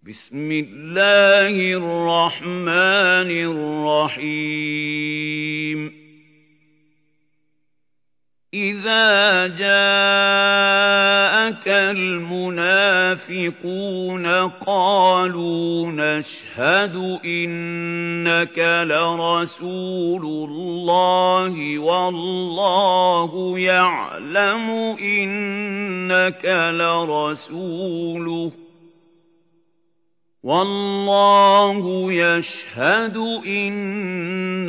بسم الله الرحمن الرحيم إذا جاءك المنافقون قالوا نشهد إنك لرسول الله والله يعلم إنك لرسوله والله يشهد إن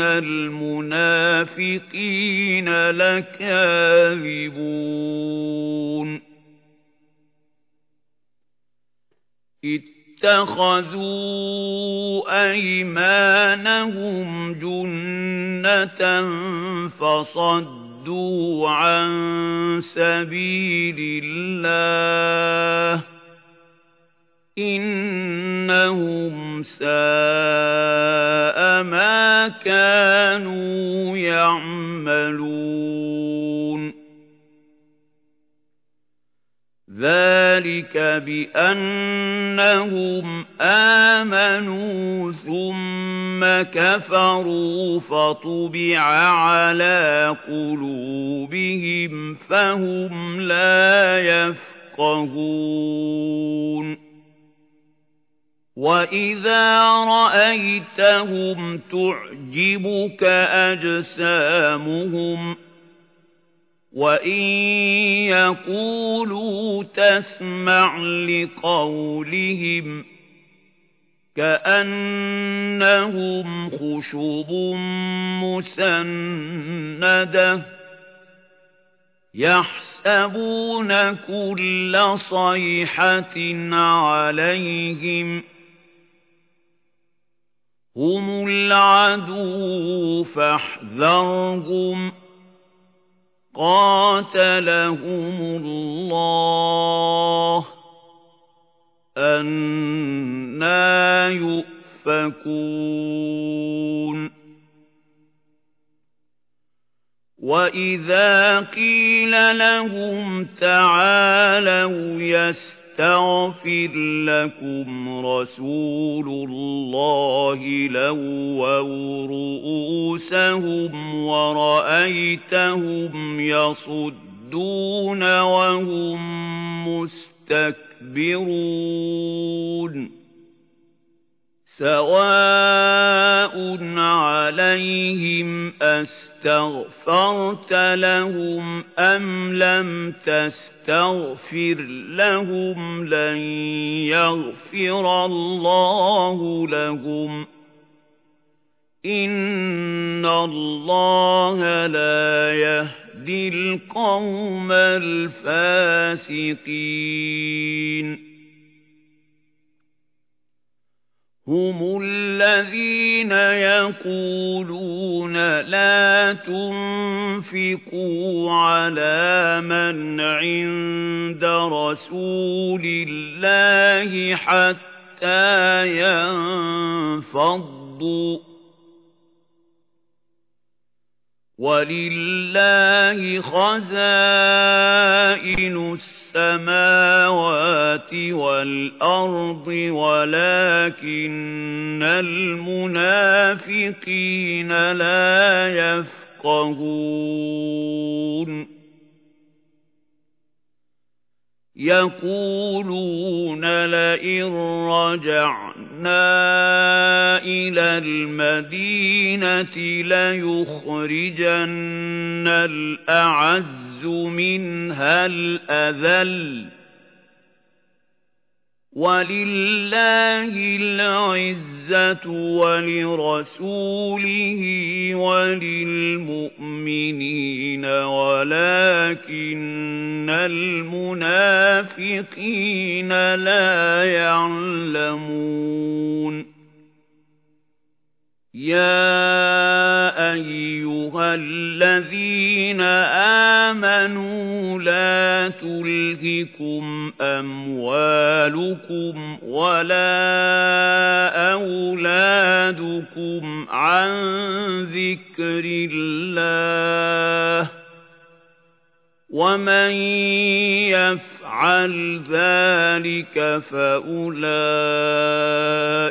المنافقين لكاذبون اتخذوا أيمانهم جنة فصدوا عن سبيل الله إنهم ساء ما كانوا يعملون ذلك بأنهم آمنوا ثم كفروا فطبع على قلوبهم فهم لا يفقهون وَإِذَا رَأَيْتَهُمْ تُعْجِبُكَ أَجْسَامُهُمْ وَإِنْ يَقُولُوا تَسْمَعْ لِقَوْلِهِمْ كَأَنَّهُمْ خُشُبٌ مُّسَنَّدَةٌ يَحْسَبُونَ كُلَّ صَيْحَةٍ عَلَيْهِمْ هم العدو فاحذرهم قاتلهم الله أَنَّىٰ يُؤْفَكُونَ وَإِذَا قِيلَ لَهُمْ تَعَالَوْا يَسْتَغْفِرْ لَكُمْ رَسُولُ اللَّهِ لَوَّوْا رُءُوسَهُمْ وَرَأَيْتَهُمْ يَصُدُّونَ وَهُمْ مُسْتَكْبِرُونَ سَوَاءٌ عَلَيْهِمْ أَسْتَغْفَرْتَ لَهُمْ أَمْ لَمْ تَسْتَغْفِرْ لَهُمْ لَنْ يَغْفِرَ اللَّهُ لَهُمْ إِنَّ اللَّهَ لَا يَهْدِي الْقَوْمَ الْفَاسِقِينَ هم الذين يقولون لا تنفقوا على من عند رسول الله حتى ينفضوا ولله خزائن السماوات والأرض ولكن المنافقين لا يفقهون يقولون لئن رجعنا إلى المدينة ليخرجن الأعز منها الأذل ولله العزة ولرسوله وللمؤمنين ولكن المنافقين لا يعلمون يا أيها الذين آمنوا لا تلهكم أموالكم ولا أولادكم عن ذكر الله ومن يفعل ذلك فأولئك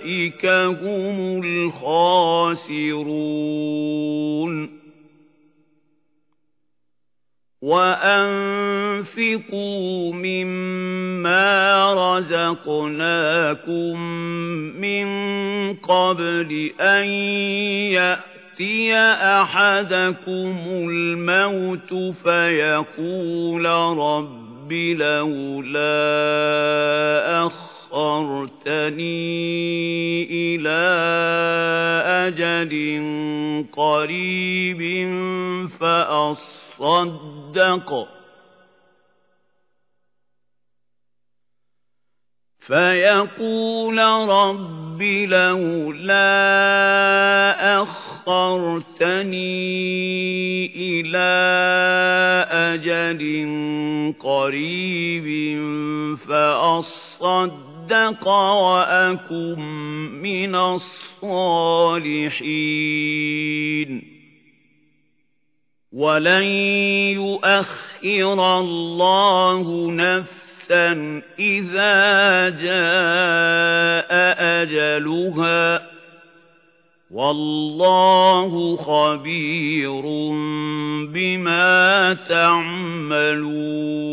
فَأُولَئِكَ هُمُ الْخَاسِرُونَ وَأَنفِقُوا مِمَّا رَزَقْنَاكُم مِّن قَبْلِ أَن يَأْتِيَ أَحَدَكُمُ الْمَوْتُ فَيَقُولَ رَبِّ لَوْلَا أَخَّرْتَنِي إِلَىٰ أَجَلٍ قَرِيبٍ فَيَقُولَ رَبِّ لَوْلَا أَخَّرْتَنِي إِلَىٰ أَجَلٍ قَرِيبٍ فَأَصَّدَّقَ وَأَكُن مِّنَ الصَّالِحِينَ وَلَن يُؤَخِّرَ اللَّهُ نَفْسًا إِذَا جَاءَ أَجَلُهَا ۚ وَاللَّهُ خَبِيرٌ بِمَا تَعْمَلُونَ